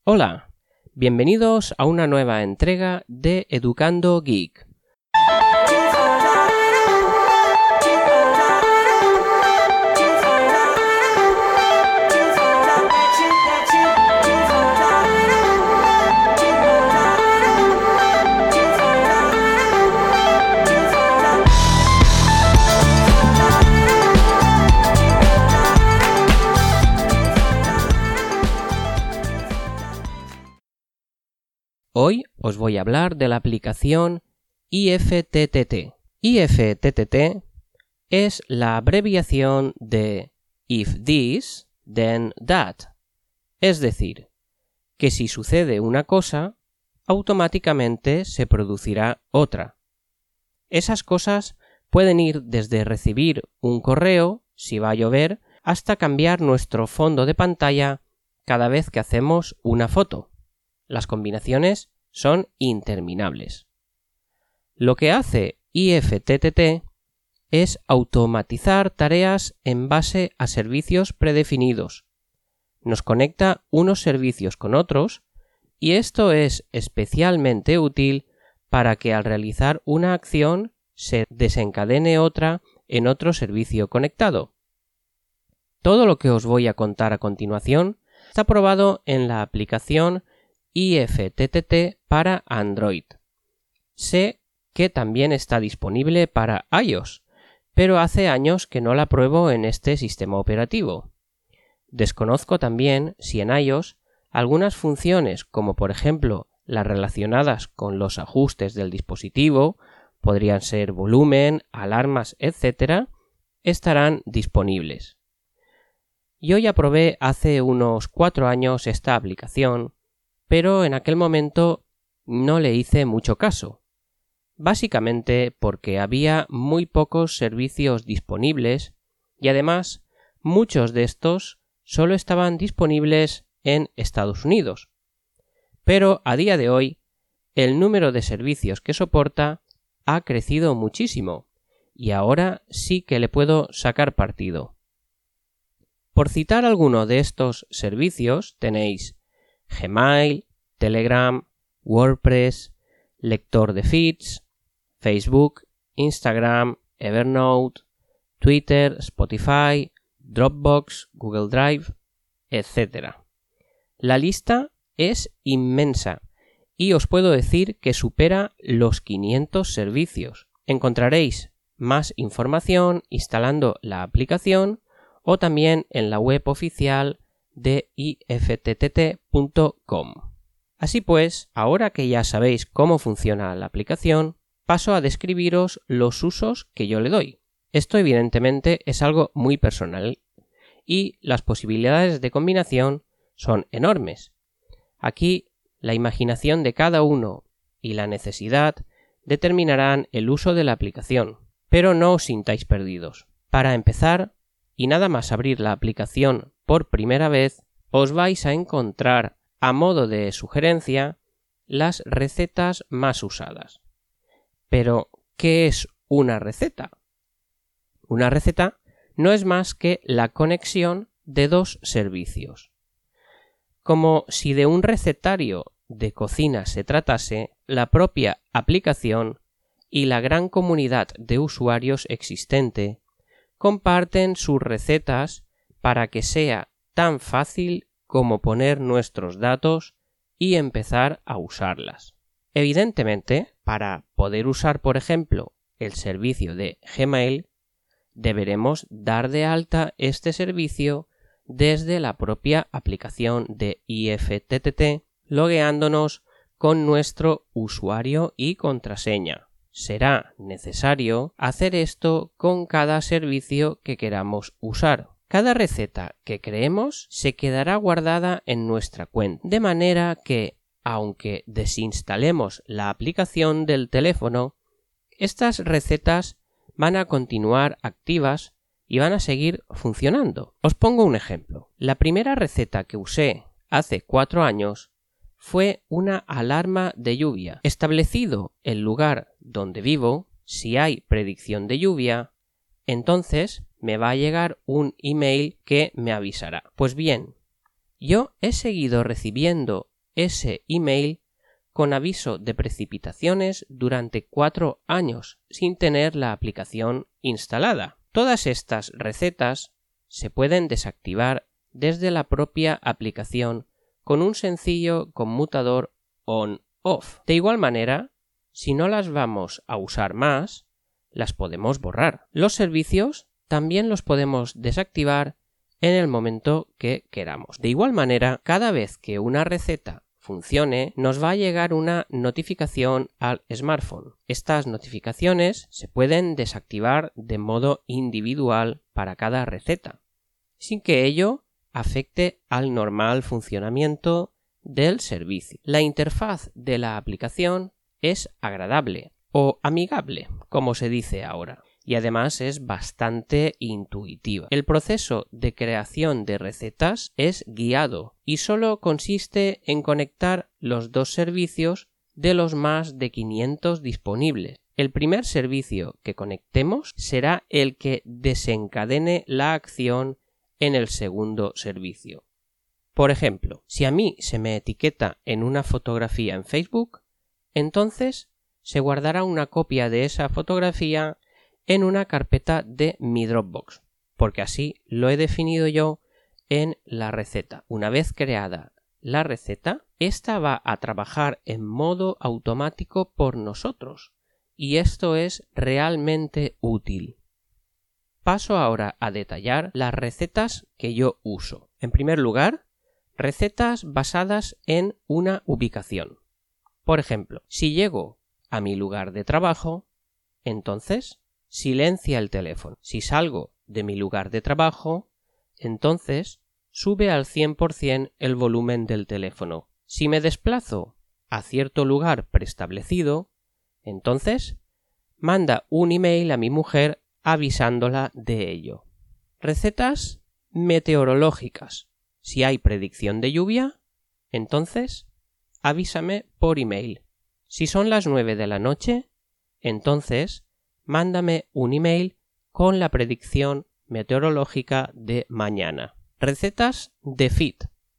Hola, bienvenidos a una nueva entrega de Educando Geek. Hoy os voy a hablar de la aplicación IFTTT. IFTTT es la abreviación de If This, Then That. Es decir, que si sucede una cosa, automáticamente se producirá otra. Esas cosas pueden ir desde recibir un correo, si va a llover, hasta cambiar nuestro fondo de pantalla cada vez que hacemos una foto. Las combinaciones son interminables. Lo que hace IFTTT es automatizar tareas en base a servicios predefinidos. Nos conecta unos servicios con otros y esto es especialmente útil para que al realizar una acción se desencadene otra en otro servicio conectado. Todo lo que os voy a contar a continuación está probado en la aplicación IFTTT para Android. Sé que también está disponible para iOS, pero hace años que no la pruebo en este sistema operativo. Desconozco también si en iOS algunas funciones, como por ejemplo las relacionadas con los ajustes del dispositivo, podrían ser volumen, alarmas, etc., estarán disponibles. Yo ya probé hace unos 4 años esta aplicación, pero en aquel momento no le hice mucho caso, básicamente porque había muy pocos servicios disponibles y además muchos de estos solo estaban disponibles en Estados Unidos. Pero a día de hoy el número de servicios que soporta ha crecido muchísimo y ahora sí que le puedo sacar partido. Por citar alguno de estos servicios tenéis Gmail, Telegram, WordPress, lector de feeds, Facebook, Instagram, Evernote, Twitter, Spotify, Dropbox, Google Drive, etc. La lista es inmensa y os puedo decir que supera los 500 servicios. Encontraréis más información instalando la aplicación o también en la web oficial de ifttt.com. Así pues, ahora que ya sabéis cómo funciona la aplicación, paso a describiros los usos que yo le doy. Esto evidentemente es algo muy personal y las posibilidades de combinación son enormes. Aquí la imaginación de cada uno y la necesidad determinarán el uso de la aplicación, pero no os sintáis perdidos. Para empezar, y nada más abrir la aplicación por primera vez, os vais a encontrar, a modo de sugerencia, las recetas más usadas. Pero, ¿qué es una receta? Una receta no es más que la conexión de dos servicios. Como si de un recetario de cocina se tratase, la propia aplicación y la gran comunidad de usuarios existente comparten sus recetas para que sea tan fácil como poner nuestros datos y empezar a usarlas. Evidentemente, para poder usar, por ejemplo, el servicio de Gmail, deberemos dar de alta este servicio desde la propia aplicación de IFTTT, logueándonos con nuestro usuario y contraseña. Será necesario hacer esto con cada servicio que queramos usar. Cada receta que creemos se quedará guardada en nuestra cuenta, de manera que, aunque desinstalemos la aplicación del teléfono, estas recetas van a continuar activas y van a seguir funcionando. Os pongo un ejemplo. La primera receta que usé hace 4 años fue una alarma de lluvia. Establecido el lugar donde vivo, si hay predicción de lluvia, entonces me va a llegar un email que me avisará. Pues bien, yo he seguido recibiendo ese email con aviso de precipitaciones durante 4 años sin tener la aplicación instalada. Todas estas recetas se pueden desactivar desde la propia aplicación con un sencillo conmutador on-off. De igual manera, si no las vamos a usar más, las podemos borrar. Los servicios también los podemos desactivar en el momento que queramos. De igual manera, cada vez que una receta funcione, nos va a llegar una notificación al smartphone. Estas notificaciones se pueden desactivar de modo individual para cada receta, sin que ello afecte al normal funcionamiento del servicio. La interfaz de la aplicación es agradable o amigable, como se dice ahora, y además es bastante intuitiva. El proceso de creación de recetas es guiado y solo consiste en conectar los dos servicios de los más de 500 disponibles. El primer servicio que conectemos será el que desencadene la acción en el segundo servicio. Por ejemplo, si a mí se me etiqueta en una fotografía en Facebook, entonces se guardará una copia de esa fotografía en una carpeta de mi Dropbox, porque así lo he definido yo en la receta. Una vez creada la receta, esta va a trabajar en modo automático por nosotros, y esto es realmente útil. Paso ahora a detallar las recetas que yo uso. En primer lugar, recetas basadas en una ubicación. Por ejemplo, si llego a mi lugar de trabajo, entonces silencia el teléfono. Si salgo de mi lugar de trabajo, entonces sube al 100% el volumen del teléfono. Si me desplazo a cierto lugar preestablecido, entonces manda un email a mi mujer avisándola de ello. Recetas meteorológicas. Si hay predicción de lluvia, entonces avísame por email. Si son las 9 de la noche, entonces mándame un email con la predicción meteorológica de mañana. Recetas de feed.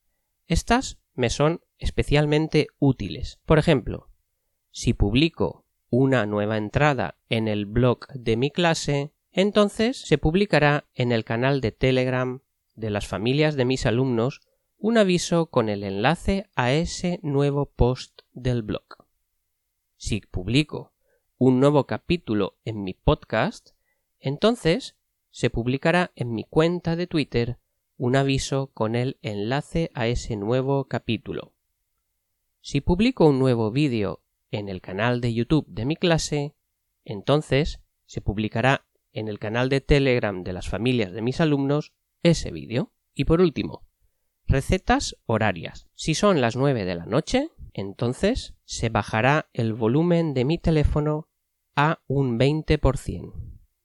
Estas me son especialmente útiles. Por ejemplo, si publico una nueva entrada en el blog de mi clase, entonces se publicará en el canal de Telegram de las familias de mis alumnos un aviso con el enlace a ese nuevo post del blog. Si publico un nuevo capítulo en mi podcast, entonces se publicará en mi cuenta de Twitter un aviso con el enlace a ese nuevo capítulo. Si publico un nuevo vídeo en el canal de YouTube de mi clase, entonces se publicará en el canal de Telegram de las familias de mis alumnos ese vídeo. Y por último, recetas horarias. Si son las 9 de la noche, entonces se bajará el volumen de mi teléfono a un 20%.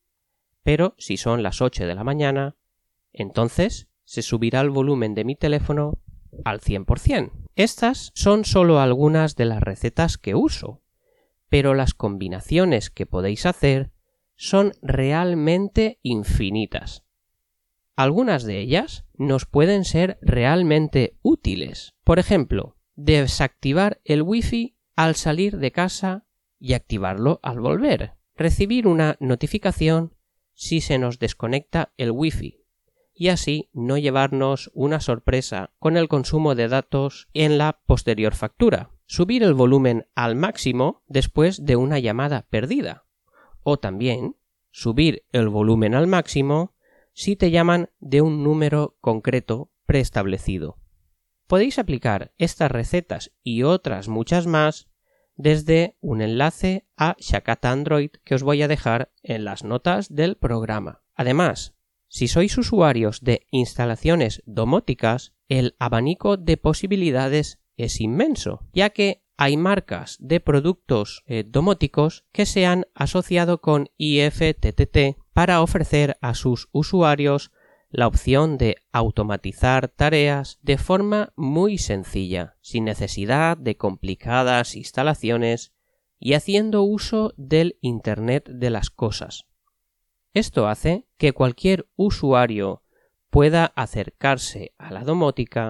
Pero si son las 8 de la mañana, entonces se subirá el volumen de mi teléfono al 100%. Estas son solo algunas de las recetas que uso, pero las combinaciones que podéis hacer son realmente infinitas. Algunas de ellas nos pueden ser realmente útiles. Por ejemplo, desactivar el Wi-Fi al salir de casa y activarlo al volver. Recibir una notificación si se nos desconecta el Wi-Fi y así no llevarnos una sorpresa con el consumo de datos en la posterior factura. Subir el volumen al máximo después de una llamada perdida. O también subir el volumen al máximo si te llaman de un número concreto preestablecido. Podéis aplicar estas recetas y otras muchas más desde un enlace a Shakata Android que os voy a dejar en las notas del programa. Además, si sois usuarios de instalaciones domóticas, el abanico de posibilidades es inmenso, ya que hay marcas de productos domóticos que se han asociado con IFTTT para ofrecer a sus usuarios la opción de automatizar tareas de forma muy sencilla, sin necesidad de complicadas instalaciones y haciendo uso del Internet de las cosas. Esto hace que cualquier usuario pueda acercarse a la domótica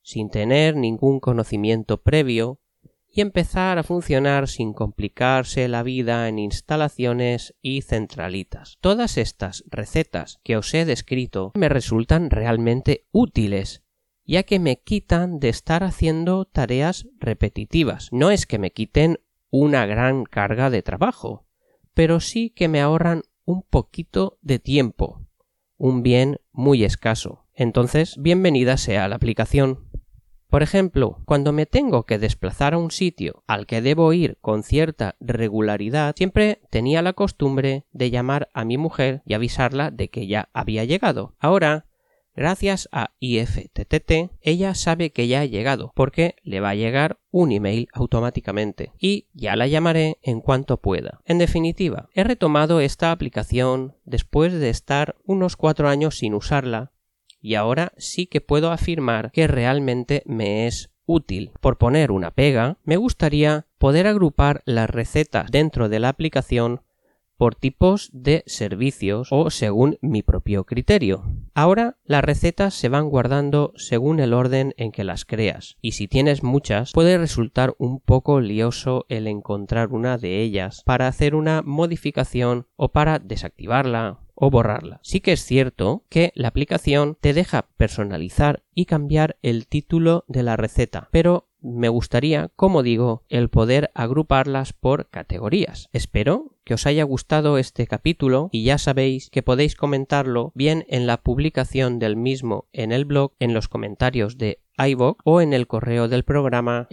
sin tener ningún conocimiento previo y empezar a funcionar sin complicarse la vida en instalaciones y centralitas. Todas estas recetas que os he descrito me resultan realmente útiles, ya que me quitan de estar haciendo tareas repetitivas. No es que me quiten una gran carga de trabajo, pero sí que me ahorran un poquito de tiempo, un bien muy escaso. Entonces, bienvenida sea la aplicación. Por ejemplo, cuando me tengo que desplazar a un sitio al que debo ir con cierta regularidad, siempre tenía la costumbre de llamar a mi mujer y avisarla de que ya había llegado. Ahora, gracias a IFTTT, ella sabe que ya he llegado, porque le va a llegar un email automáticamente y ya la llamaré en cuanto pueda. En definitiva, he retomado esta aplicación después de estar unos 4 años sin usarla, y ahora sí que puedo afirmar que realmente me es útil. Por poner una pega, me gustaría poder agrupar las recetas dentro de la aplicación por tipos de servicios o según mi propio criterio. Ahora las recetas se van guardando según el orden en que las creas, y si tienes muchas puede resultar un poco lioso el encontrar una de ellas para hacer una modificación o para desactivarla o borrarla. Sí que es cierto que la aplicación te deja personalizar y cambiar el título de la receta, pero me gustaría, como digo, el poder agruparlas por categorías. Espero que os haya gustado este capítulo y ya sabéis que podéis comentarlo bien en la publicación del mismo en el blog, en los comentarios de iVoox o en el correo del programa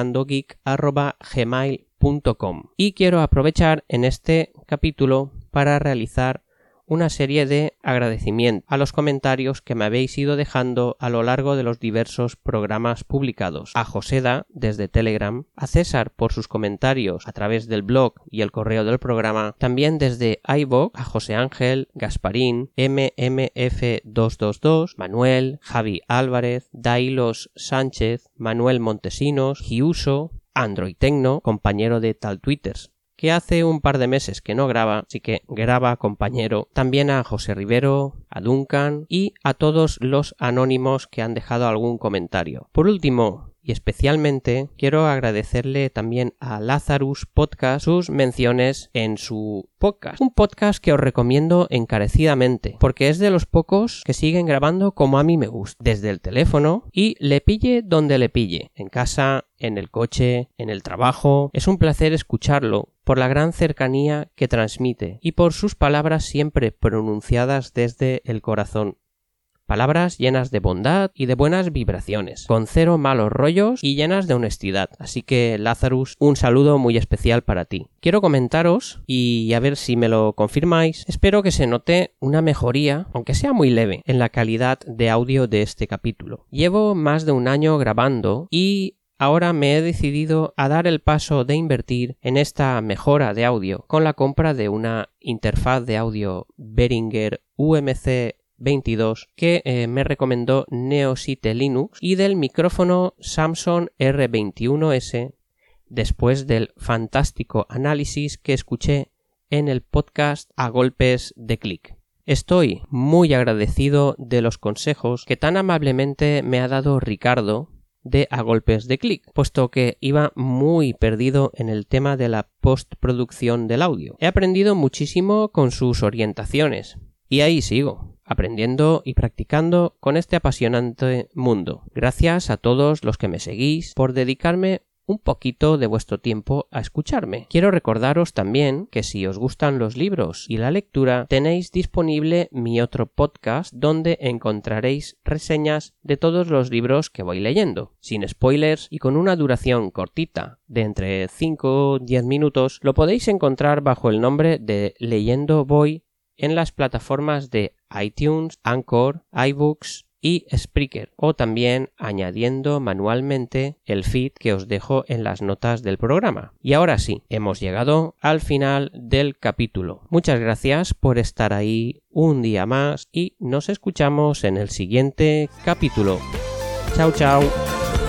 educandogeek@gmail.com. Y quiero aprovechar en este capítulo para realizar una serie de agradecimientos a los comentarios que me habéis ido dejando a lo largo de los diversos programas publicados. A Joseda desde Telegram, a César por sus comentarios a través del blog y el correo del programa, también desde iVoox a José Ángel, Gasparín, MMF222, Manuel, Javi Álvarez, Dailos Sánchez, Manuel Montesinos, Giuso, Android Tecno, compañero de Tal Twitters, que hace un par de meses que no graba, así que graba compañero, también a José Rivero, a Duncan y a todos los anónimos que han dejado algún comentario. Por último, y especialmente, quiero agradecerle también a Lazarus Podcast sus menciones en su podcast. Un podcast que os recomiendo encarecidamente, porque es de los pocos que siguen grabando como a mí me gusta, desde el teléfono y le pille donde le pille, en casa, en el coche, en el trabajo. Es un placer escucharlo por la gran cercanía que transmite y por sus palabras siempre pronunciadas desde el corazón. Palabras llenas de bondad y de buenas vibraciones, con cero malos rollos y llenas de honestidad. Así que, Lazarus, un saludo muy especial para ti. Quiero comentaros, y a ver si me lo confirmáis, espero que se note una mejoría, aunque sea muy leve, en la calidad de audio de este capítulo. Llevo más de un año grabando y ahora me he decidido a dar el paso de invertir en esta mejora de audio con la compra de una interfaz de audio Behringer UMC 22 que me recomendó Neosite Linux y del micrófono Samson R21S después del fantástico análisis que escuché en el podcast A Golpes de Clic. Estoy muy agradecido de los consejos que tan amablemente me ha dado Ricardo de A Golpes de Clic, puesto que iba muy perdido en el tema de la postproducción del audio. He aprendido muchísimo con sus orientaciones y ahí sigo, aprendiendo y practicando con este apasionante mundo. Gracias a todos los que me seguís por dedicarme un poquito de vuestro tiempo a escucharme. Quiero recordaros también que si os gustan los libros y la lectura, tenéis disponible mi otro podcast donde encontraréis reseñas de todos los libros que voy leyendo, sin spoilers y con una duración cortita de entre 5 o 10 minutos. Lo podéis encontrar bajo el nombre de Leyendo Voy en las plataformas de iTunes, Anchor, iBooks y Spreaker, o también añadiendo manualmente el feed que os dejo en las notas del programa. Y ahora sí, hemos llegado al final del capítulo. Muchas gracias por estar ahí un día más y nos escuchamos en el siguiente capítulo. Chao, chao.